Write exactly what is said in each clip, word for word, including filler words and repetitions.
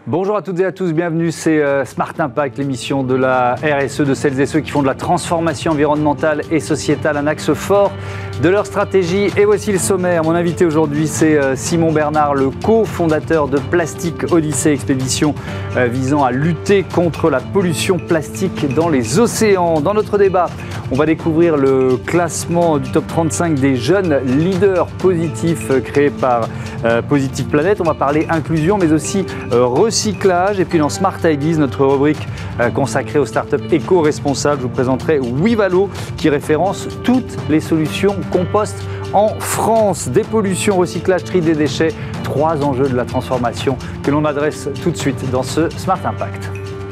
Bonjour à toutes et à tous, bienvenue, c'est euh, Smart Impact, l'émission de la R S E, de celles et ceux qui font de la transformation environnementale et sociétale un axe fort de leur stratégie. Et voici le sommaire. Mon invité aujourd'hui, c'est euh, Simon Bernard, le cofondateur de Plastic Odyssey, expédition euh, visant à lutter contre la pollution plastique dans les océans. Dans notre débat, on va découvrir le classement du top trente-cinq des jeunes leaders positifs euh, créé par euh, Positive Planet. On va parler inclusion, mais aussi euh, recyclage. Et puis dans Smart Ideas, notre rubrique euh, consacrée aux startups éco-responsables, je vous présenterai Wivalo qui référence toutes les solutions compost en France. Dépollution, recyclage, tri des déchets, trois enjeux de la transformation que l'on adresse tout de suite dans ce Smart Impact.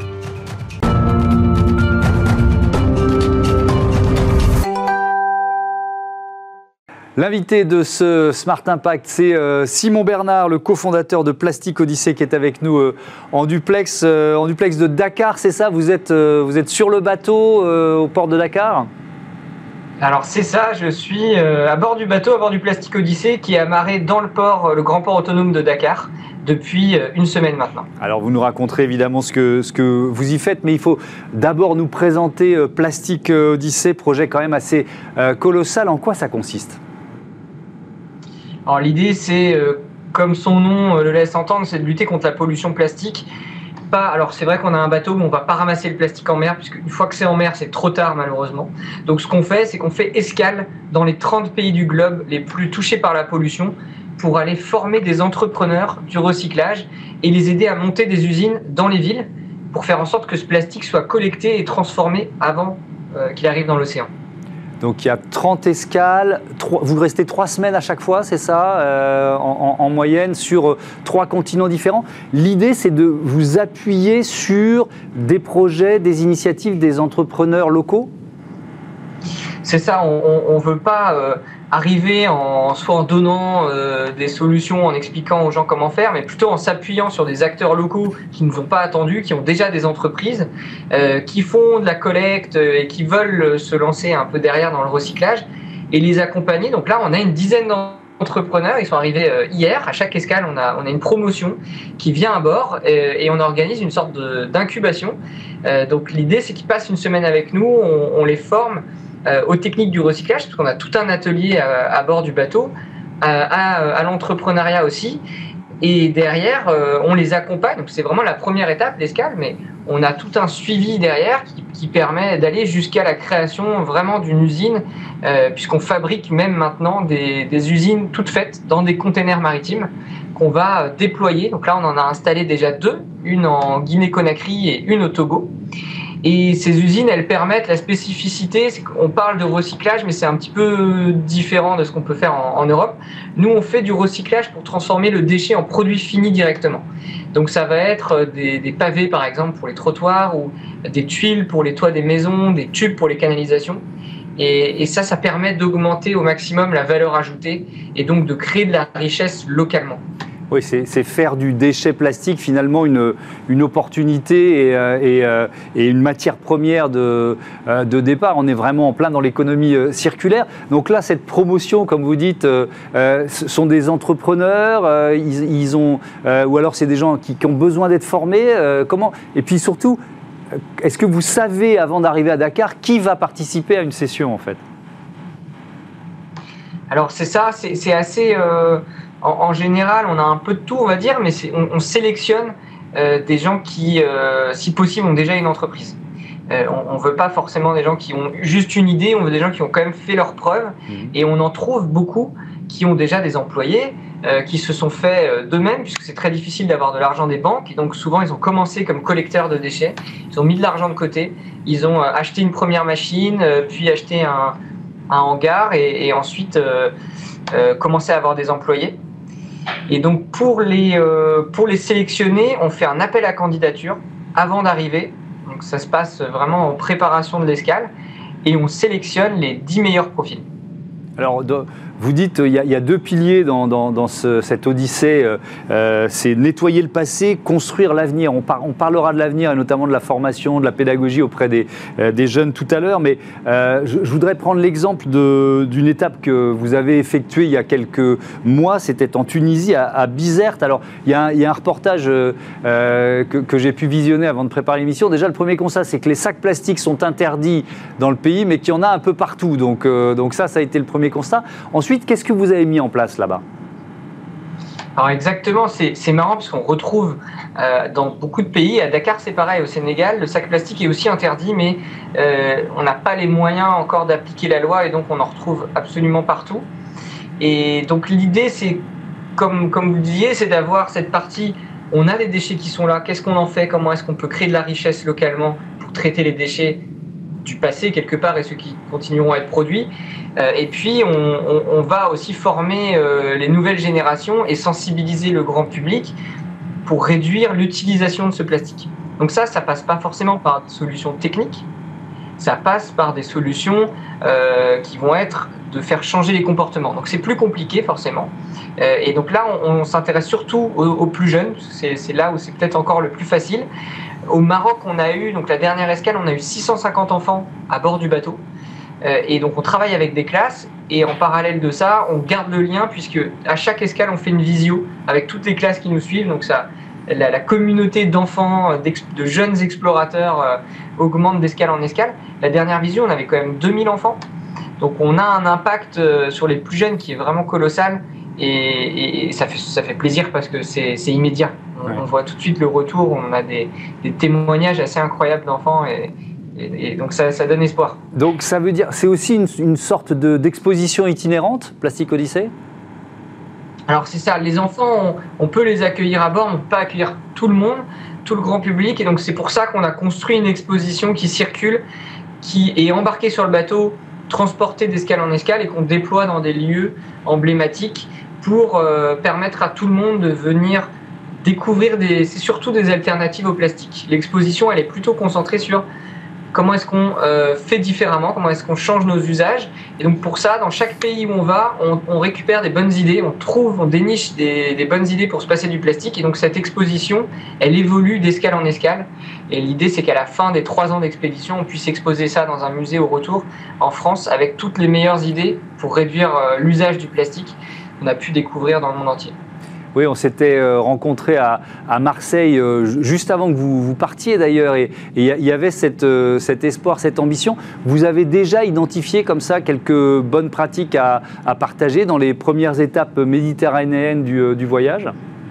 L'invité de ce Smart Impact, c'est euh, Simon Bernard, le cofondateur de Plastic Odyssey, qui est avec nous euh, en, duplex, euh, en duplex de Dakar, c'est ça? Vous êtes, euh, vous êtes sur le bateau euh, au port de Dakar? Alors c'est ça, je suis euh, à bord du bateau, à bord du Plastic Odyssey, qui est amarré dans le port, le grand port autonome de Dakar, depuis euh, une semaine maintenant. Alors vous nous raconterez évidemment ce que, ce que vous y faites, mais il faut d'abord nous présenter euh, Plastic Odyssey, projet quand même assez euh, colossal. En quoi ça consiste? Alors l'idée, c'est, euh, comme son nom euh, le laisse entendre, c'est de lutter contre la pollution plastique. Pas, alors c'est vrai qu'on a un bateau, mais on ne va pas ramasser le plastique en mer, puisque une fois que c'est en mer, c'est trop tard malheureusement. Donc ce qu'on fait, c'est qu'on fait escale dans les trente pays du globe les plus touchés par la pollution pour aller former des entrepreneurs du recyclage et les aider à monter des usines dans les villes pour faire en sorte que ce plastique soit collecté et transformé avant euh, qu'il arrive dans l'océan. Donc il y a trente escales, trois, vous restez trois semaines à chaque fois, c'est ça, euh, en, en, en moyenne, sur euh, trois continents différents. L'idée, c'est de vous appuyer sur des projets, des initiatives, des entrepreneurs locaux? C'est ça, on ne veut pas euh, arriver en, soit en donnant euh, des solutions, en expliquant aux gens comment faire, mais plutôt en s'appuyant sur des acteurs locaux qui ne nous ont pas attendus, qui ont déjà des entreprises, euh, qui font de la collecte et qui veulent se lancer un peu derrière dans le recyclage et les accompagner. Donc là, on a une dizaine d'entrepreneurs, ils sont arrivés euh, hier. À chaque escale, on a, on a une promotion qui vient à bord et, et on organise une sorte d'incubation. Euh, donc l'idée, c'est qu'ils passent une semaine avec nous, on, on les forme Euh, aux techniques du recyclage, parce qu'on a tout un atelier à, à bord du bateau, à, à, à l'entrepreneuriat aussi, et derrière, euh, on les accompagne. Donc c'est vraiment la première étape, l'escale, mais on a tout un suivi derrière qui, qui permet d'aller jusqu'à la création vraiment d'une usine, euh, puisqu'on fabrique même maintenant des, des usines toutes faites dans des containers maritimes qu'on va déployer. Donc là, on en a installé déjà deux, une en Guinée-Conakry et une au Togo. Et ces usines, elles permettent la spécificité, c'est qu'on parle de recyclage, mais c'est un petit peu différent de ce qu'on peut faire en, en Europe. Nous, on fait du recyclage pour transformer le déchet en produit fini directement. Donc ça va être des, des pavés, par exemple, pour les trottoirs, ou des tuiles pour les toits des maisons, des tubes pour les canalisations. Et, et ça, ça permet d'augmenter au maximum la valeur ajoutée et donc de créer de la richesse localement. Oui, c'est faire du déchet plastique finalement une, une opportunité et, et, et une matière première de, de départ. On est vraiment en plein dans l'économie circulaire. Donc là, cette promotion, comme vous dites, euh, sont des entrepreneurs, euh, ils, ils ont, euh, ou alors c'est des gens qui, qui ont besoin d'être formés. Euh, comment ? Et puis surtout, est-ce que vous savez, avant d'arriver à Dakar, qui va participer à une session en fait ? Alors c'est ça, c'est assez... Euh... En, en général, on a un peu de tout, on va dire, mais on, on sélectionne euh, des gens qui, euh, si possible, ont déjà une entreprise. Euh, on ne veut pas forcément des gens qui ont juste une idée, on veut des gens qui ont quand même fait leurs preuves. Mmh. Et on en trouve beaucoup qui ont déjà des employés, euh, qui se sont faits euh, d'eux-mêmes, puisque c'est très difficile d'avoir de l'argent des banques. Et donc souvent, ils ont commencé comme collecteurs de déchets, ils ont mis de l'argent de côté, ils ont euh, acheté une première machine, euh, puis acheté un, un hangar, et, et ensuite euh, euh, commencé à avoir des employés. Et donc pour les, euh, pour les sélectionner, on fait un appel à candidature avant d'arriver. Donc ça se passe vraiment en préparation de l'escale et on sélectionne les dix meilleurs profils. Alors, de, Vous dites il y, y a deux piliers dans, dans, dans ce, cette odyssée, euh, c'est nettoyer le passé, construire l'avenir. On, par, on parlera de l'avenir et notamment de la formation, de la pédagogie auprès des, euh, des jeunes tout à l'heure, mais euh, je, je voudrais prendre l'exemple d'une étape que vous avez effectuée il y a quelques mois, c'était en Tunisie, à, à Bizerte. Alors il y, a un, il y a un reportage euh, que, que j'ai pu visionner avant de préparer l'émission. Déjà le premier constat, c'est que les sacs plastiques sont interdits dans le pays, mais qu'il y en a un peu partout. Donc, euh, donc ça, ça a été le premier constat. Ensuite, qu'est-ce que vous avez mis en place là-bas ? Alors exactement, c'est marrant parce qu'on retrouve euh, dans beaucoup de pays, à Dakar c'est pareil, au Sénégal, le sac plastique est aussi interdit, mais euh, on n'a pas les moyens encore d'appliquer la loi et donc on en retrouve absolument partout. Et donc l'idée, c'est, comme, comme vous le disiez, c'est d'avoir cette partie, on a des déchets qui sont là, qu'est-ce qu'on en fait, comment est-ce qu'on peut créer de la richesse localement pour traiter les déchets du passé quelque part et ceux qui continueront à être produits. Euh, et puis on, on, on va aussi former euh, les nouvelles générations et sensibiliser le grand public pour réduire l'utilisation de ce plastique. Donc ça, ça passe pas forcément par des solutions techniques, ça passe par des solutions euh, qui vont être de faire changer les comportements. Donc c'est plus compliqué forcément. Euh, et donc là, on, on s'intéresse surtout aux, aux plus jeunes, c'est là où c'est peut-être encore le plus facile. Au Maroc, on a eu, donc la dernière escale, on a eu six cent cinquante enfants à bord du bateau. Euh, et donc on travaille avec des classes et en parallèle de ça, on garde le lien puisque à chaque escale, on fait une visio avec toutes les classes qui nous suivent. Donc ça, la, la communauté d'enfants, de jeunes explorateurs euh, augmente d'escale en escale. La dernière visio, on avait quand même deux mille enfants. Donc on a un impact euh, sur les plus jeunes qui est vraiment colossal. Et, et ça, fait, ça fait plaisir parce que c'est immédiat. On, ouais. on voit tout de suite le retour, on a des, des témoignages assez incroyables d'enfants et, et, et donc ça, ça donne espoir. Donc ça veut dire, c'est aussi une, une sorte d'exposition itinérante, Plastic Odyssey ? Alors c'est ça, les enfants, on, on peut les accueillir à bord, on ne peut pas accueillir tout le monde, tout le grand public, et donc c'est pour ça qu'on a construit une exposition qui circule, qui est embarquée sur le bateau, transportée d'escale en escale et qu'on déploie dans des lieux emblématiques pour euh, permettre à tout le monde de venir découvrir des, c'est surtout des alternatives au plastique. L'exposition, elle est plutôt concentrée sur comment est-ce qu'on euh, fait différemment, comment est-ce qu'on change nos usages. Et donc pour ça, dans chaque pays où on va, on, on récupère des bonnes idées, on trouve, on déniche des, des bonnes idées pour se passer du plastique. Et donc cette exposition, elle évolue d'escale en escale. Et l'idée, c'est qu'à la fin des trois ans d'expédition, on puisse exposer ça dans un musée au retour en France avec toutes les meilleures idées pour réduire euh, l'usage du plastique qu'on a pu découvrir dans le monde entier. Oui, on s'était rencontrés à, à Marseille euh, juste avant que vous, vous partiez d'ailleurs, et il y avait cette, euh, cet espoir, cette ambition. Vous avez déjà identifié comme ça quelques bonnes pratiques à, à partager dans les premières étapes méditerranéennes du, du voyage ?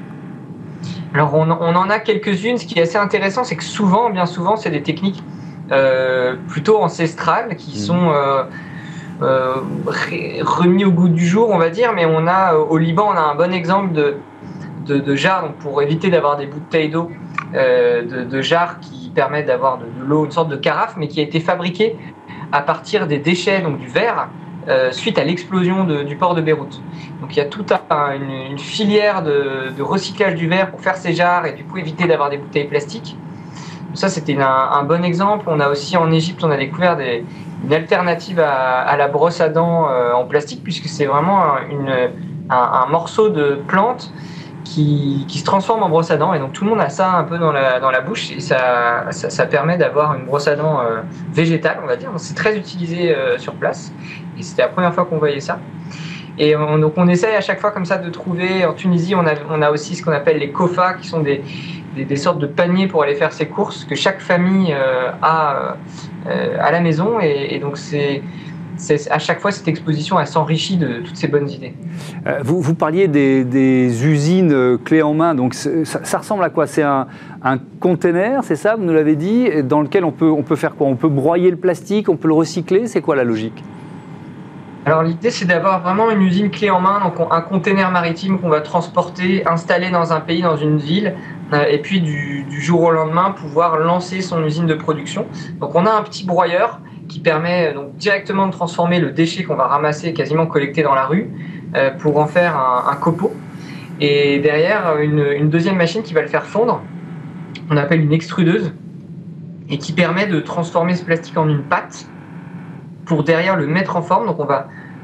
Alors on, on en a quelques-unes. Ce qui est assez intéressant, c'est que souvent, bien souvent, c'est des techniques euh, plutôt ancestrales qui sont euh, euh, remis au goût du jour, on va dire. Mais on a au Liban, on a un bon exemple de De, de jarres, donc pour éviter d'avoir des bouteilles d'eau, euh, de, de jarres qui permettent d'avoir de, de l'eau, une sorte de carafe, mais qui a été fabriquée à partir des déchets, donc du verre, euh, suite à l'explosion du port de Beyrouth. Donc il y a toute un, une, une filière de, de recyclage du verre pour faire ces jarres et du coup éviter d'avoir des bouteilles plastiques. Donc ça, c'était un, un bon exemple. On a aussi en Égypte, on a découvert des, une alternative à, à la brosse à dents euh, en plastique, puisque c'est vraiment une, un, un morceau de plante Qui, qui se transforme en brosse à dents, et donc tout le monde a ça un peu dans la, dans la bouche, et ça, ça, ça permet d'avoir une brosse à dents euh, végétale, on va dire. C'est très utilisé euh, sur place, et c'était la première fois qu'on voyait ça. Et on, donc on essaye à chaque fois comme ça de trouver. En Tunisie, on a, on a aussi ce qu'on appelle les kofas, qui sont des, des, des sortes de paniers pour aller faire ses courses, que chaque famille euh, a euh, à la maison, et, et donc c'est... à chaque fois, cette exposition, elle s'enrichit de toutes ces bonnes idées. Euh, vous, vous parliez des, des usines euh, clés en main, donc ça, ça ressemble à quoi? C'est un, un container, c'est ça, vous nous l'avez dit, dans lequel on peut, on peut faire quoi? On peut broyer le plastique, on peut le recycler, c'est quoi la logique? Alors l'idée, c'est d'avoir vraiment une usine clé en main, donc un container maritime qu'on va transporter, installer dans un pays, dans une ville, euh, et puis du, du jour au lendemain, pouvoir lancer son usine de production. Donc on a un petit broyeur qui permet donc directement de transformer le déchet qu'on va ramasser, quasiment collecté dans la rue, euh, pour en faire un, un copeau. Et derrière, une, une deuxième machine qui va le faire fondre, on appelle une extrudeuse, et qui permet de transformer ce plastique en une pâte, pour derrière le mettre en forme. Donc on va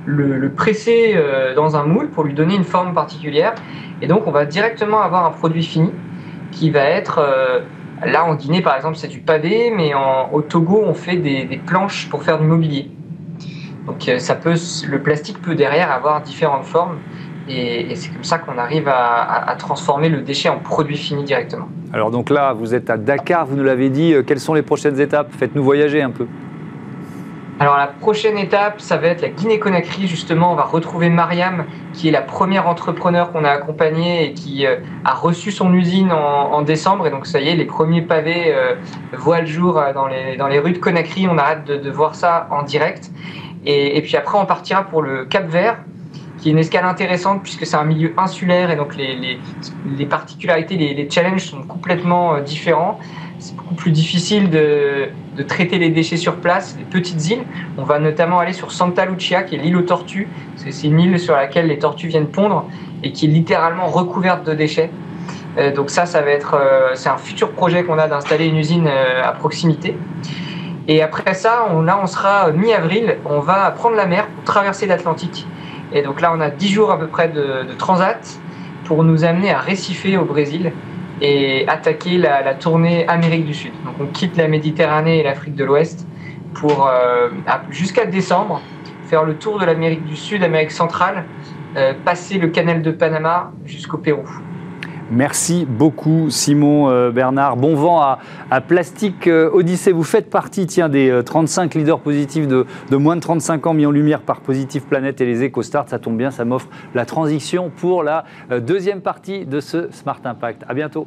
le, le presser euh, dans un moule pour lui donner une forme particulière. Et donc, on va directement avoir un produit fini qui va être... Euh, là, en Guinée, par exemple, c'est du pavé, mais en, au Togo, on fait des, des planches pour faire du mobilier. Donc, euh, ça peut, le plastique peut derrière avoir différentes formes. Et, et c'est comme ça qu'on arrive à, à, à transformer le déchet en produit fini directement. Alors donc là, vous êtes à Dakar, vous nous l'avez dit. Quelles sont les prochaines étapes? Faites-nous voyager un peu. Alors la prochaine étape, ça va être la Guinée-Conakry. Justement, on va retrouver Mariam, qui est la première entrepreneur qu'on a accompagnée et qui euh, a reçu son usine en, en décembre. Et donc ça y est, les premiers pavés euh, voient le jour dans les, dans les rues de Conakry. On arrête de, de voir ça en direct. Et, et puis après, on partira pour le Cap-Vert, qui est une escale intéressante puisque c'est un milieu insulaire et donc les, les, les particularités, les, les challenges sont complètement euh, différents. C'est beaucoup plus difficile de, de traiter les déchets sur place, les petites îles. On va notamment aller sur Santa Lucia, qui est l'île aux tortues. C'est, c'est une île sur laquelle les tortues viennent pondre et qui est littéralement recouverte de déchets. Euh, donc ça, ça va être, euh, c'est un futur projet qu'on a d'installer une usine euh, à proximité. Et après ça, on, là, on sera mi-avril, on va prendre la mer pour traverser l'Atlantique. Et donc là, on a dix jours à peu près de, de transat pour nous amener à Recife au Brésil et attaquer la, la tournée Amérique du Sud. Donc on quitte la Méditerranée et l'Afrique de l'Ouest pour euh, jusqu'à décembre faire le tour de l'Amérique du Sud, Amérique centrale, euh, passer le canal de Panama jusqu'au Pérou. Merci beaucoup Simon euh, Bernard. Bon vent à, à Plastique euh, Odyssée. Vous faites partie tiens, des euh, trente-cinq leaders positifs de, de moins de trente-cinq ans mis en lumière par Positive Planète et les EcoStart. Ça tombe bien, ça m'offre la transition pour la euh, deuxième partie de ce Smart Impact. À bientôt.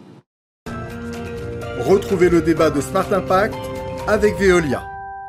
Retrouvez le débat de Smart Impact avec Veolia.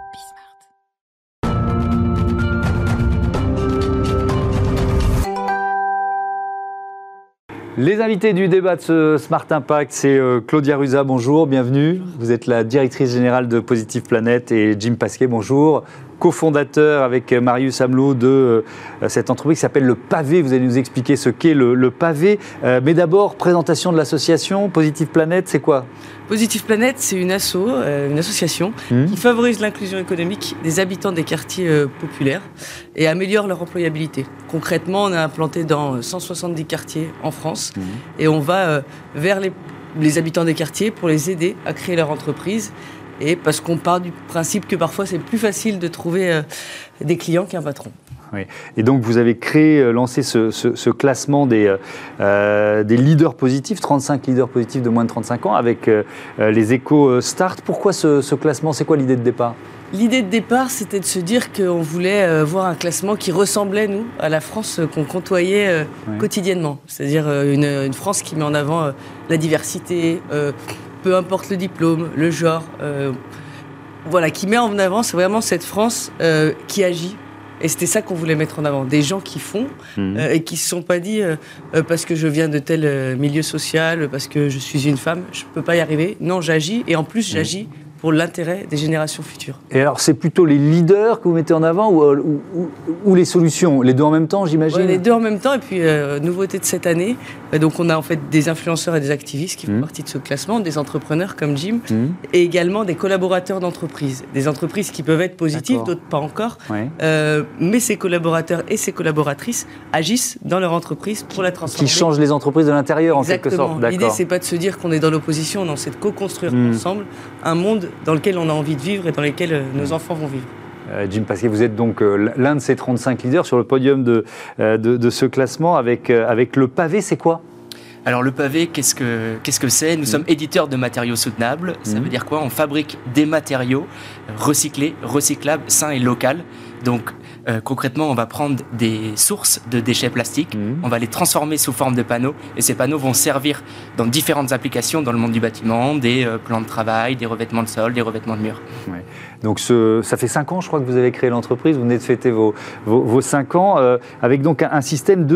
Les invités du débat de ce Smart Impact, c'est euh, Claudia Ruza, bonjour, bienvenue. Vous êtes la directrice générale de Positive Planète et Jim Pasquet, bonjour. Cofondateur avec Marius Amelot de euh, cette entreprise qui s'appelle Le Pavé. Vous allez nous expliquer ce qu'est le, le Pavé. Euh, mais d'abord, présentation de l'association Positive Planète, c'est quoi ? Positive Planète, c'est une asso, euh, une association mmh. qui favorise l'inclusion économique des habitants des quartiers euh, populaires et améliore leur employabilité. Concrètement, on est implanté dans cent soixante-dix quartiers en France mmh. et on va euh, vers les, les habitants des quartiers pour les aider à créer leur entreprise. Et parce qu'on part du principe que parfois c'est plus facile de trouver euh, des clients qu'un patron. Oui. Et donc vous avez créé, lancé ce, ce, ce classement des, euh, des leaders positifs, trente-cinq leaders positifs de moins de trente-cinq ans avec euh, les EcoStart. Pourquoi ce, ce classement ? C'est quoi l'idée de départ ? L'idée de départ, c'était de se dire qu'on voulait euh, voir un classement qui ressemblait, nous, à la France qu'on côtoyait euh, oui. quotidiennement. C'est-à-dire euh, une, une France qui met en avant euh, la diversité, euh, peu importe le diplôme, le genre, euh, voilà, qui met en avant, c'est vraiment cette France euh, qui agit. Et c'était ça qu'on voulait mettre en avant, des gens qui font mmh. euh, et qui ne se sont pas dit euh, euh, parce que je viens de tel euh, milieu social, parce que je suis une femme, je ne peux pas y arriver. Non, j'agis et en plus, mmh. j'agis pour l'intérêt des générations futures. Et alors, c'est plutôt les leaders que vous mettez en avant ou, ou, ou, ou les solutions ? Les deux en même temps, j'imagine ? Ouais, les deux en même temps. Et puis, euh, nouveauté de cette année, euh, donc on a en fait des influenceurs et des activistes qui font mmh. partie de ce classement, des entrepreneurs comme Jim, mmh. et également des collaborateurs d'entreprises. Des entreprises qui peuvent être positives, D'accord. d'autres pas encore. Ouais. Euh, mais ces collaborateurs et ces collaboratrices agissent dans leur entreprise pour la transformer. Qui changent les entreprises de l'intérieur, Exactement. en quelque sorte. D'accord. L'idée, c'est pas de se dire qu'on est dans l'opposition, non, c'est de co-construire mmh. ensemble un monde dans lequel on a envie de vivre et dans lequel euh, nos enfants vont vivre. Euh, Jim Pasquet, vous êtes donc euh, l'un de ces trente-cinq leaders sur le podium de, euh, de, de ce classement avec, euh, avec le Pavé, c'est quoi ? Alors le Pavé, qu'est-ce que, qu'est-ce que c'est ? Nous mmh. sommes éditeurs de matériaux soutenables. Ça mmh. veut dire quoi ? On fabrique des matériaux recyclés, recyclables, sains et locaux. Donc euh, concrètement, on va prendre des sources de déchets plastiques, mmh. on va les transformer sous forme de panneaux, et ces panneaux vont servir dans différentes applications dans le monde du bâtiment, des euh, plans de travail, des revêtements de sol, des revêtements de murs. Ouais. Donc ce, ça fait cinq ans, je crois, que vous avez créé l'entreprise, vous venez de fêter vos, vos, vos cinq ans, euh, avec donc un, un système de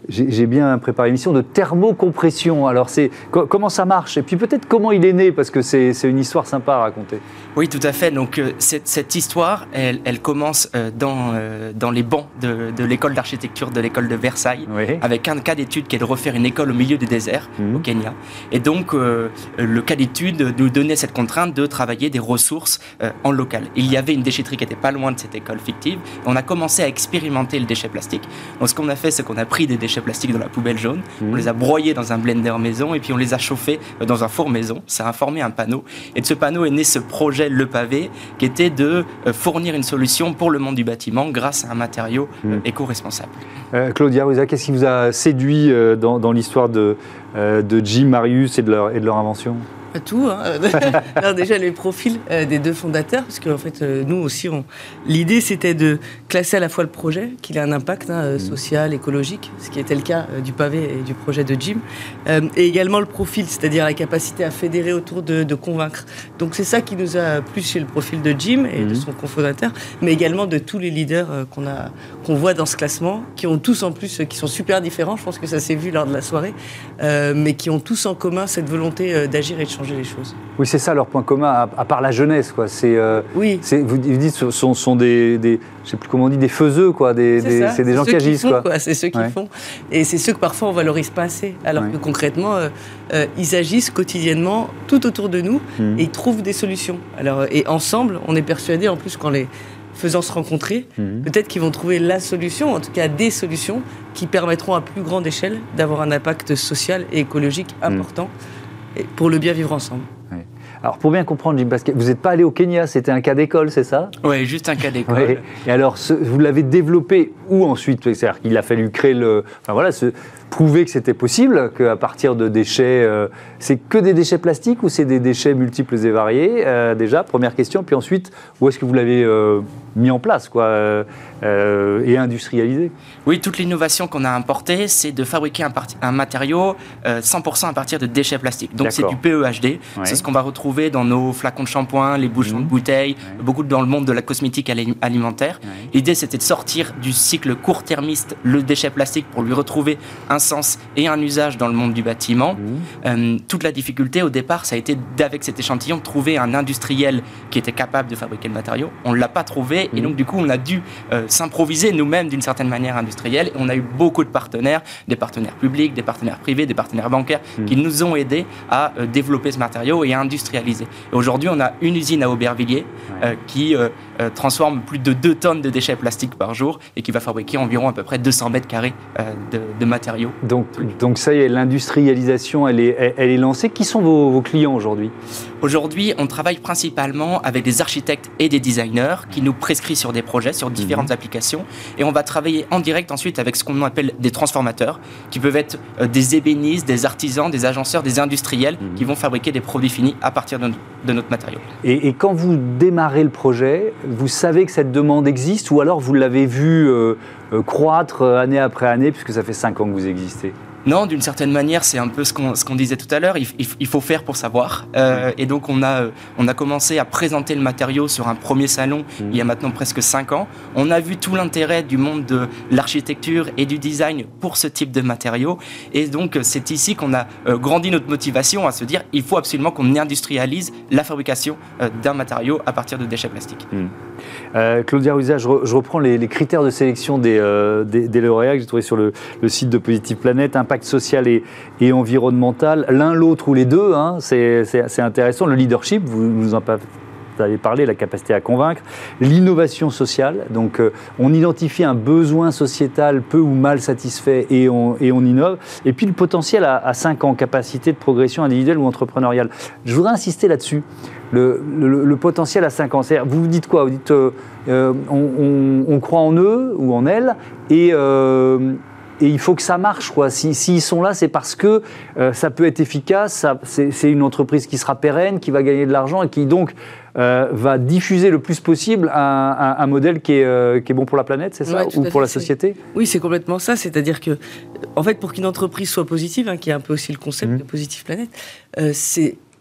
j'ai, j'ai bien préparé l'émission, de thermocompression. Alors, c'est, co- comment ça marche? Et puis peut-être comment il est né, parce que c'est, c'est une histoire sympa à raconter. Oui, tout à fait. Donc, euh, cette, cette histoire, elle, elle commence euh, dans, euh, dans les bancs de, de l'école d'architecture de l'école de Versailles, Oui. avec un cas d'étude qui est de refaire une école au milieu du désert, Mhm. au Kenya. Et donc, euh, le cas d'étude nous donnait cette contrainte de travailler des ressources euh, en local. Il y avait une déchetterie qui était pas loin de cette école fictive. Et on a commencé à expérimenter le déchet plastique. Donc, ce qu'on a fait, c'est qu'on a pris des déchets plastiques dans la poubelle jaune, Mhm. on les a broyés dans un blender maison et puis on les a chauffés euh, dans un four maison. Ça a formé un panneau. Et de ce panneau est né ce projet Le Pavé, qui était de euh, fournir une solution pour le monde du bâtiment grâce à un matériau euh, Mhm. éco-responsable. Euh, Claudia Ruza, qu'est-ce qui vous a séduit euh, dans, dans l'histoire de, euh, de Jim, Marius et de leur, et de leur invention? Pas tout. Hein. Alors déjà les profils euh, des deux fondateurs, parce qu'en fait euh, nous aussi, on... l'idée c'était de classer à la fois le projet, qu'il ait un impact hein, euh, social, écologique, ce qui était le cas euh, du pavé et du projet de Jim, euh, et également le profil, c'est-à-dire la capacité à fédérer autour de, de convaincre. Donc c'est ça qui nous a plu chez le profil de Jim et mmh. de son cofondateur, mais également de tous les leaders euh, qu'on a, qu'on voit dans ce classement, qui ont tous en plus, euh, qui sont super différents, je pense que ça s'est vu lors de la soirée, euh, mais qui ont tous en commun cette volonté euh, d'agir et de changer les choses. Oui, c'est ça leur point commun, à, à part la jeunesse, quoi. C'est, euh, Oui. c'est, vous, vous dites, ce sont, sont des, des, je sais plus comment on dit, des faiseux, quoi. Des, C'est, des, ça. c'est des C'est gens ceux qui agissent, font, quoi. quoi. C'est ceux qui Ouais. font. Et c'est ceux que parfois on valorise pas assez. Alors Ouais. que concrètement, euh, euh, ils agissent quotidiennement tout autour de nous Mmh. et ils trouvent des solutions. Alors, et ensemble, on est persuadés, en plus, qu'en les faisant se rencontrer, Mmh. peut-être qu'ils vont trouver la solution, en tout cas des solutions, qui permettront à plus grande échelle d'avoir un impact social et écologique important et pour le bien vivre ensemble. Alors, pour bien comprendre, Jim Pascal, vous n'êtes pas allé au Kenya, c'était un cas d'école, c'est ça? Oui, juste un cas d'école. Ouais. Et alors, ce, vous l'avez développé où ensuite? C'est-à-dire qu'il a fallu créer le... Enfin voilà, se, prouver que c'était possible, qu'à partir de déchets... Euh, c'est que des déchets plastiques ou c'est des déchets multiples et variés euh, déjà, première question. Puis ensuite, où est-ce que vous l'avez euh, mis en place quoi, euh, euh, et industrialisé? Oui, toute l'innovation qu'on a importée, c'est de fabriquer un, part- un matériau euh, cent pour cent à partir de déchets plastiques. Donc D'accord. c'est du P E H D. Ouais. C'est ce qu'on va retrouver dans nos flacons de shampoing, les bouchons Mmh. de bouteilles, Ouais. beaucoup dans le monde de la cosmétique ali- alimentaire. Ouais. L'idée, c'était de sortir du cycle court-termiste le déchet plastique pour lui retrouver un sens et un usage dans le monde du bâtiment. Mmh. Euh, toute la difficulté au départ, ça a été d'avec cet échantillon de trouver un industriel qui était capable de fabriquer le matériau. On ne l'a pas trouvé et Mmh. donc du coup on a dû euh, s'improviser nous-mêmes d'une certaine manière industrielle. Et on a eu beaucoup de partenaires, des partenaires publics, des partenaires privés, des partenaires bancaires Mmh. qui nous ont aidés à euh, développer ce matériau et à industrialiser. Et aujourd'hui on a une usine à Aubervilliers Ouais. euh, qui euh, euh, transforme plus de deux tonnes de déchets plastiques par jour et qui va fabriquer environ à peu près deux cents mètres carrés euh, de, de matériaux. Donc, donc ça y est, l'industrialisation, elle est, elle, elle est lancée. Qui sont vos, vos clients aujourd'hui? Aujourd'hui, on travaille principalement avec des architectes et des designers qui nous prescrivent sur des projets, sur différentes Mhm. applications. Et on va travailler en direct ensuite avec ce qu'on appelle des transformateurs, qui peuvent être euh, des ébénistes, des artisans, des agenceurs, des industriels Mhm. qui vont fabriquer des produits finis à partir de, de notre matériau. Et, et quand vous démarrez le projet, vous savez que cette demande existe ou alors vous l'avez vu euh, euh, croître euh, année après année puisque ça fait cinq ans que vous existez? Non, d'une certaine manière, c'est un peu ce qu'on, ce qu'on disait tout à l'heure, il, il- il faut faire pour savoir. Euh, et donc, on a, euh, on a commencé à présenter le matériau sur un premier salon Mmh. il y a maintenant presque cinq ans. On a vu tout l'intérêt du monde de l'architecture et du design pour ce type de matériaux. Et donc, c'est ici qu'on a euh, grandi notre motivation à se dire il faut absolument qu'on industrialise la fabrication euh, d'un matériau à partir de déchets plastiques. Euh, Claudia Ruza, je, re- je reprends les, les critères de sélection des, euh, des, des lauréats que j'ai trouvé sur le, le site de Positive Planète. Impact social et, et environnemental, l'un, l'autre ou les deux, hein, c'est, c'est, c'est intéressant. Le leadership, vous nous en pa- vous avez parlé, la capacité à convaincre. L'innovation sociale, donc euh, on identifie un besoin sociétal peu ou mal satisfait et on, et on innove. Et puis le potentiel à, à cinq ans, capacité de progression individuelle ou entrepreneuriale. Je voudrais insister là-dessus. Le, le, le potentiel à cinq ans, c'est-à-dire, vous vous dites quoi? Vous dites euh, euh, on, on, on croit en eux ou en elles et... Euh, Et il faut que ça marche, quoi. Si, s'ils sont là, c'est parce que euh, ça peut être efficace, ça, c'est, c'est une entreprise qui sera pérenne, qui va gagner de l'argent et qui donc euh, va diffuser le plus possible un, un, un modèle qui est, euh, qui est bon pour la planète, c'est ça? Ouais, tout Ou à pour fait, la c'est- société? Oui, c'est complètement ça. C'est-à-dire que, en fait, pour qu'une entreprise soit positive, hein, qui est un peu aussi le concept Mmh. de Positive Planète, euh, c'est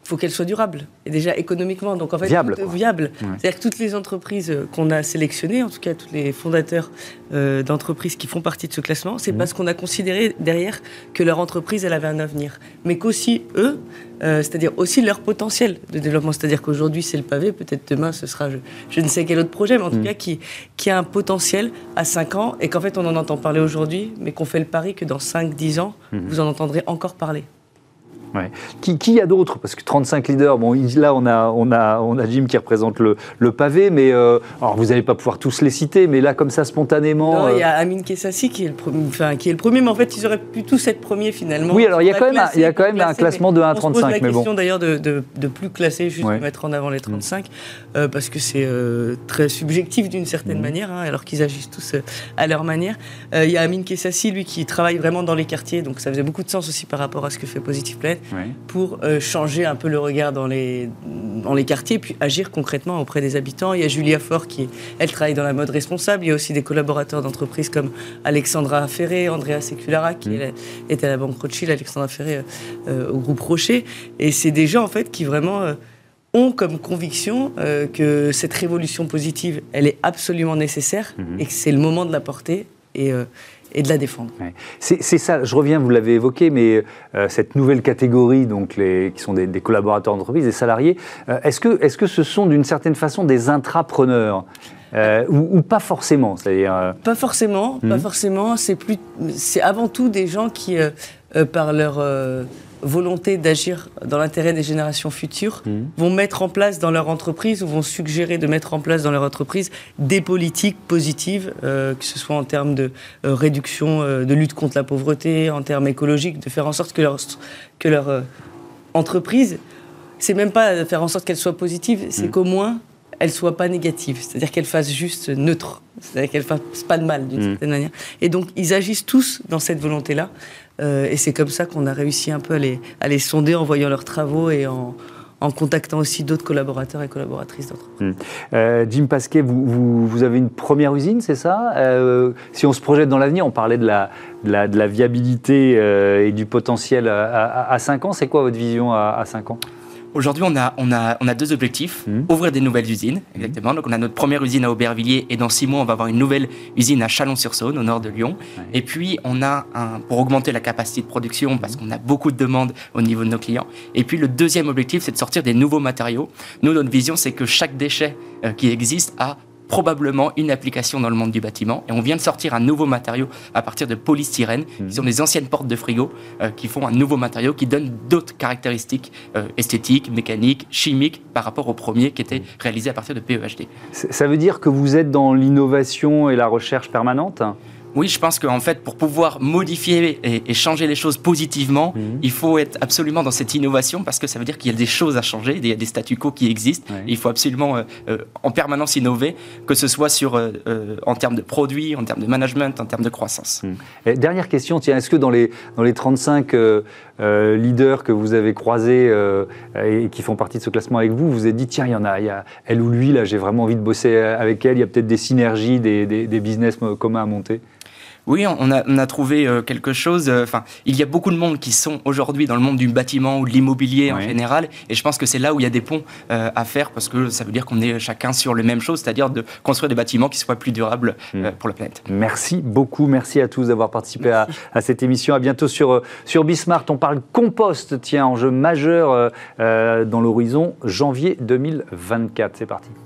faut qu'elle soit durable, et déjà économiquement, donc en fait viable. Tout, viable. Ouais. C'est-à-dire que toutes les entreprises qu'on a sélectionnées, en tout cas tous les fondateurs euh, d'entreprises qui font partie de ce classement, c'est mmh. parce qu'on a considéré derrière que leur entreprise elle avait un avenir, mais qu'aussi eux, euh, c'est-à-dire aussi leur potentiel de développement, c'est-à-dire qu'aujourd'hui c'est le pavé, peut-être demain ce sera je, je ne sais quel autre projet, mais en tout mmh. cas qui, qui a un potentiel à cinq ans et qu'en fait on en entend parler aujourd'hui, mais qu'on fait le pari que dans cinq dix ans mmh. vous en entendrez encore parler. Ouais. Qui, qui y a d'autres ? Parce que trente-cinq leaders, bon, là on a, on a, on a Jim qui représente le, le pavé, mais euh, alors vous n'allez pas pouvoir tous les citer, mais là comme ça spontanément. Non, il y a Amin Kessassi qui est, le premier, enfin, qui est le premier, mais en fait ils auraient pu tous être premiers finalement. Oui, alors il y a quand même, un, il y a quand même classer, un classement de un à trente-cinq. On se pose la mais question bon. d'ailleurs de, de, de plus classer, juste ouais. de mettre en avant les trente-cinq, mmh. euh, parce que c'est euh, très subjectif d'une certaine mmh. manière, hein, alors qu'ils agissent tous euh, à leur manière. Euh, il y a Amin Kessassi, lui, qui travaille vraiment dans les quartiers, donc ça faisait beaucoup de sens aussi par rapport à ce que fait Positive Planet, ouais. pour Euh, changer un peu le regard dans les, dans les quartiers, puis agir concrètement auprès des habitants. Il y a Julia Faure qui, elle, travaille dans la mode responsable. Il y a aussi des collaborateurs d'entreprises comme Alexandra Ferré, Andrea Seculara, qui mmh. était à la Banque Rothschild, Alexandra Ferré euh, au groupe Rocher. Et c'est des gens, en fait, qui vraiment euh, ont comme conviction euh, que cette révolution positive, elle est absolument nécessaire mmh. et que c'est le moment de la porter. Et... Euh, et de la défendre. Ouais. C'est, c'est ça, je reviens, vous l'avez évoqué, mais euh, cette nouvelle catégorie, donc les, qui sont des, des collaborateurs d'entreprise, des salariés, euh, est-ce que, est-ce que ce sont d'une certaine façon des intrapreneurs euh, ou, ou pas forcément, c'est-à-dire, euh... Pas forcément, mmh. pas forcément. C'est, plus, c'est avant tout des gens qui, euh, euh, par leur... Euh, volonté d'agir dans l'intérêt des générations futures, mmh. vont mettre en place dans leur entreprise ou vont suggérer de mettre en place dans leur entreprise des politiques positives, euh, que ce soit en termes de euh, réduction, euh, de lutte contre la pauvreté, en termes écologiques, de faire en sorte que leur, que leur euh, entreprise, c'est même pas de faire en sorte qu'elle soit positive, c'est mmh. qu'au moins elle soit pas négative, c'est-à-dire qu'elle fasse juste neutre, c'est-à-dire qu'elle fasse pas de mal d'une mmh. certaine manière. Et donc ils agissent tous dans cette volonté-là. Euh, et c'est comme ça qu'on a réussi un peu à les, à les sonder en voyant leurs travaux et en, en contactant aussi d'autres collaborateurs et collaboratrices d'entreprise. Mmh. Euh, Jim Pasquet, vous, vous, vous avez une première usine, c'est ça ? euh, Si on se projette dans l'avenir, on parlait de la, de la, de la viabilité euh, et du potentiel à, à, à cinq ans. C'est quoi votre vision à, à cinq ans ? Aujourd'hui, on a, on, a, on a deux objectifs. Mmh. Ouvrir des nouvelles usines, exactement. Donc, on a notre première usine à Aubervilliers et dans six mois, on va avoir une nouvelle usine à Chalon-sur-Saône, au nord de Lyon. Ouais. Et puis, on a, un, pour augmenter la capacité de production, parce qu'on a beaucoup de demandes au niveau de nos clients. Et puis, le deuxième objectif, c'est de sortir des nouveaux matériaux. Nous, notre vision, c'est que chaque déchet euh, qui existe a probablement une application dans le monde du bâtiment. Et on vient de sortir un nouveau matériau à partir de polystyrène, mmh. qui sont des anciennes portes de frigo, euh, qui font un nouveau matériau qui donne d'autres caractéristiques euh, esthétiques, mécaniques, chimiques, par rapport au premier qui était réalisé à partir de P E H D. Ça veut dire que vous êtes dans l'innovation et la recherche permanente ? Oui, je pense qu'en fait, pour pouvoir modifier et, et changer les choses positivement, mmh. il faut être absolument dans cette innovation parce que ça veut dire qu'il y a des choses à changer, il y a des statu quo qui existent. Ouais. Et il faut absolument, euh, euh, en permanence, innover, que ce soit sur, euh, euh, en termes de produits, en termes de management, en termes de croissance. Mmh. Et dernière question, tiens, est-ce que dans les, dans les trente-cinq euh, euh, leaders que vous avez croisés euh, et qui font partie de ce classement avec vous, vous vous êtes dit, tiens, il y en a, il y a elle ou lui, là, j'ai vraiment envie de bosser avec elle, il y a peut-être des synergies, des, des, des business communs à monter ? Oui, on a, on a trouvé euh, quelque chose. Enfin, euh, il y a beaucoup de monde qui sont aujourd'hui dans le monde du bâtiment ou de l'immobilier oui. en général, et je pense que c'est là où il y a des ponts euh, à faire parce que ça veut dire qu'on est chacun sur les mêmes choses, c'est-à-dire de construire des bâtiments qui soient plus durables euh, pour la planète. Merci beaucoup, merci à tous d'avoir participé à, à cette émission. À bientôt sur sur Bismart. On parle compost, tiens, enjeu majeur euh, dans l'horizon janvier deux mille vingt-quatre. C'est parti.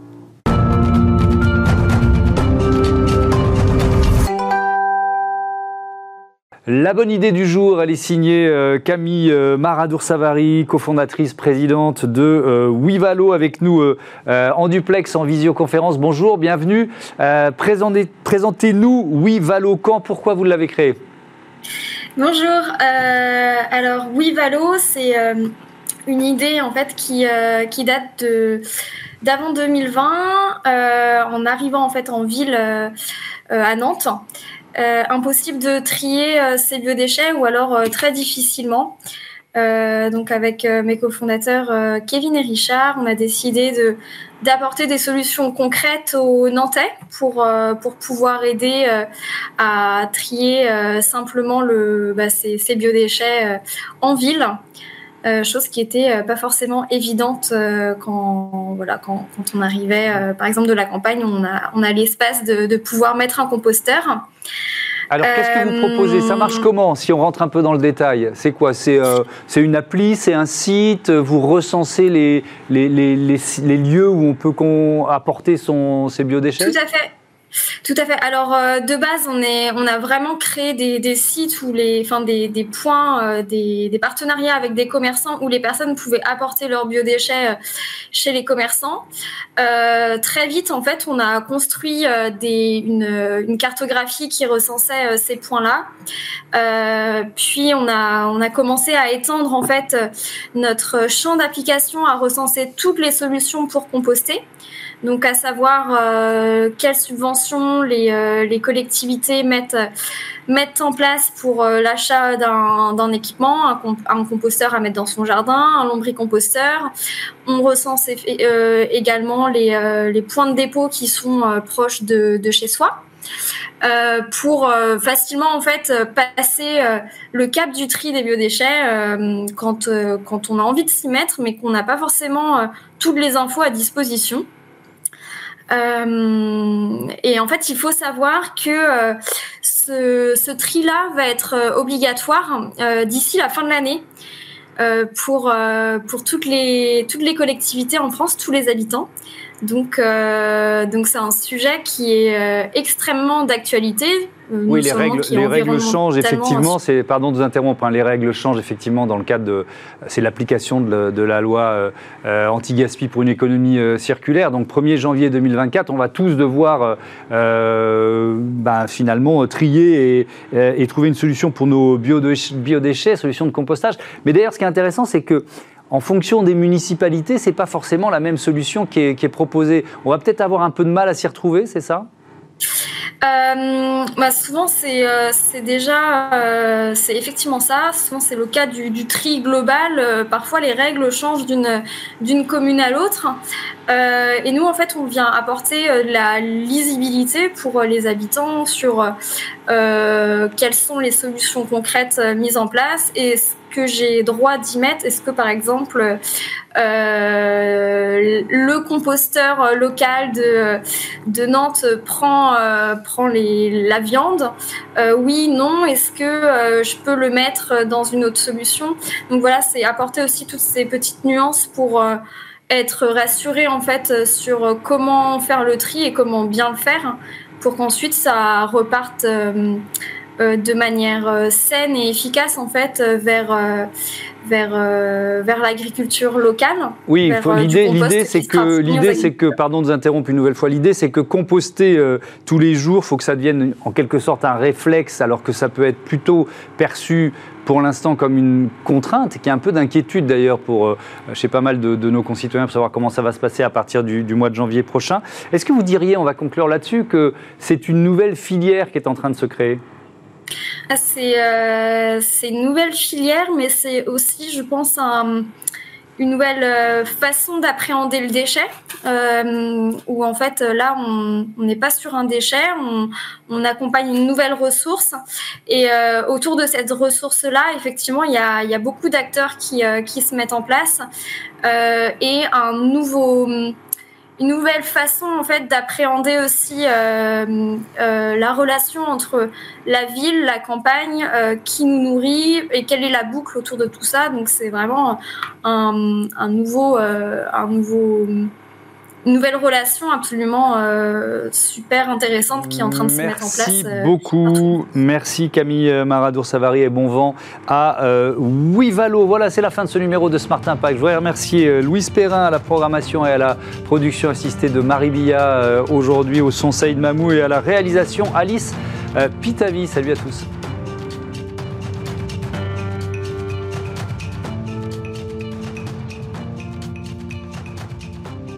La bonne idée du jour, elle est signée euh, Camille euh, Maradour-Savary, cofondatrice, présidente de euh, WeValo, avec nous euh, euh, en duplex, en visioconférence. Bonjour, bienvenue. Euh, présentez, présentez-nous WeValo, quand, pourquoi vous l'avez créé ? Bonjour, euh, alors WeValo, c'est euh, une idée en fait qui, euh, qui date de, d'avant deux mille vingt, euh, en arrivant en fait en ville euh, euh, à Nantes. Euh, impossible de trier euh, ces biodéchets ou alors euh, très difficilement. Euh, donc avec euh, mes cofondateurs euh, Kevin et Richard, on a décidé de, d'apporter des solutions concrètes aux Nantais pour, euh, pour pouvoir aider euh, à trier euh, simplement le, bah, ces, ces biodéchets euh, en ville. euh, chose qui était euh, pas forcément évidente euh, quand, voilà, quand, quand on arrivait, euh, par exemple, de la campagne, on a, on a l'espace de, de pouvoir mettre un composteur. Alors, qu'est-ce que vous proposez ? Ça marche comment, si on rentre un peu dans le détail ? C'est quoi ? C'est euh, c'est une appli, c'est un site ? Vous recensez les, les, les, les, les lieux où on peut qu'on, apporter son, ses biodéchets ? Tout à fait. Tout à fait. Alors euh, de base, on est, on a vraiment créé des, des sites où les, enfin des, des points, euh, des, des partenariats avec des commerçants où les personnes pouvaient apporter leurs biodéchets euh, chez les commerçants. Euh, très vite, en fait, on a construit euh, des, une, une cartographie qui recensait euh, ces points-là. Euh, puis on a, on a commencé à étendre en fait notre champ d'application à recenser toutes les solutions pour composter. Donc, à savoir euh, quelles subventions les, euh, les collectivités mettent, mettent en place pour euh, l'achat d'un, d'un équipement, un, comp- un composteur à mettre dans son jardin, un lombricomposteur. On recense euh, également les, euh, les points de dépôt qui sont euh, proches de, de chez soi. Euh, pour euh, facilement en fait passer euh, le cap du tri des biodéchets euh, quand, euh, quand on a envie de s'y mettre, mais qu'on n'a pas forcément euh, toutes les infos à disposition. Euh, et en fait, il faut savoir que euh, ce, ce tri-là va être euh, obligatoire euh, d'ici la fin de l'année euh, pour, euh, pour toutes les, toutes les collectivités en France, tous les habitants. Donc, euh, donc c'est un sujet qui est euh, extrêmement d'actualité. Euh, oui, les règles, les règles changent effectivement. C'est, pardon de vous interrompre. Hein, les règles changent effectivement dans le cadre de, c'est l'application de, de la loi euh, anti-gaspi pour une économie euh, circulaire. Donc, premier janvier deux mille vingt-quatre, on va tous devoir euh, bah, finalement trier et, et trouver une solution pour nos biodéchets, biodéchets, solution de compostage. Mais d'ailleurs, ce qui est intéressant, c'est que en fonction des municipalités, c'est pas forcément la même solution qui est, qui est proposée. On va peut-être avoir un peu de mal à s'y retrouver, c'est ça ? Euh, bah souvent c'est euh, c'est déjà euh, c'est effectivement ça. Souvent c'est le cas du, du tri global. Euh, parfois les règles changent d'une d'une commune à l'autre. Euh, et nous en fait on vient apporter euh, la lisibilité pour euh, les habitants sur euh, quelles sont les solutions concrètes euh, mises en place et ce que j'ai droit d'y mettre. Est-ce que par exemple euh, le composteur local de de Nantes prend euh, prend les, la viande, euh, oui, non, est-ce que euh, je peux le mettre dans une autre solution? Donc voilà, c'est apporter aussi toutes ces petites nuances pour euh, être rassuré en fait sur comment faire le tri et comment bien le faire pour qu'ensuite ça reparte euh, euh, de manière euh, saine et efficace en fait euh, vers euh, vers euh, vers l'agriculture locale. Oui, vers, faut, l'idée l'idée c'est que l'idée c'est que pardon de vous interrompre une nouvelle fois, l'idée c'est que composter euh, tous les jours, faut que ça devienne en quelque sorte un réflexe, alors que ça peut être plutôt perçu pour l'instant comme une contrainte, et qu'il y a un peu d'inquiétude d'ailleurs pour euh, chez pas mal de, de nos concitoyens pour savoir comment ça va se passer à partir du, du mois de janvier prochain. Est-ce que vous diriez, on va conclure là-dessus, que c'est une nouvelle filière qui est en train de se créer ? Ah, c'est, euh, c'est une nouvelle filière, mais c'est aussi, je pense, un, une nouvelle euh, façon d'appréhender le déchet, euh, où en fait, là, on n'est pas sur un déchet, on, on accompagne une nouvelle ressource. Et euh, autour de cette ressource-là, effectivement, il y a, il y a beaucoup d'acteurs qui, euh, qui se mettent en place euh, et un nouveau... une nouvelle façon en fait d'appréhender aussi euh, euh, la relation entre la ville, la campagne, euh, qui nous nourrit et quelle est la boucle autour de tout ça. Donc c'est vraiment un, un nouveau, euh, un nouveau, une nouvelle relation absolument euh, super intéressante qui est en train de se Merci mettre en place. Merci beaucoup. Merci Camille Maradour-Savary et bon vent à euh, Wivalo. Voilà, c'est la fin de ce numéro de Smart Impact. Je voudrais remercier Louise Perrin à la programmation et à la production assistée de Marie Billa euh, aujourd'hui, au son Saïd Mamou et à la réalisation Alice euh, Pitavi. Salut à tous.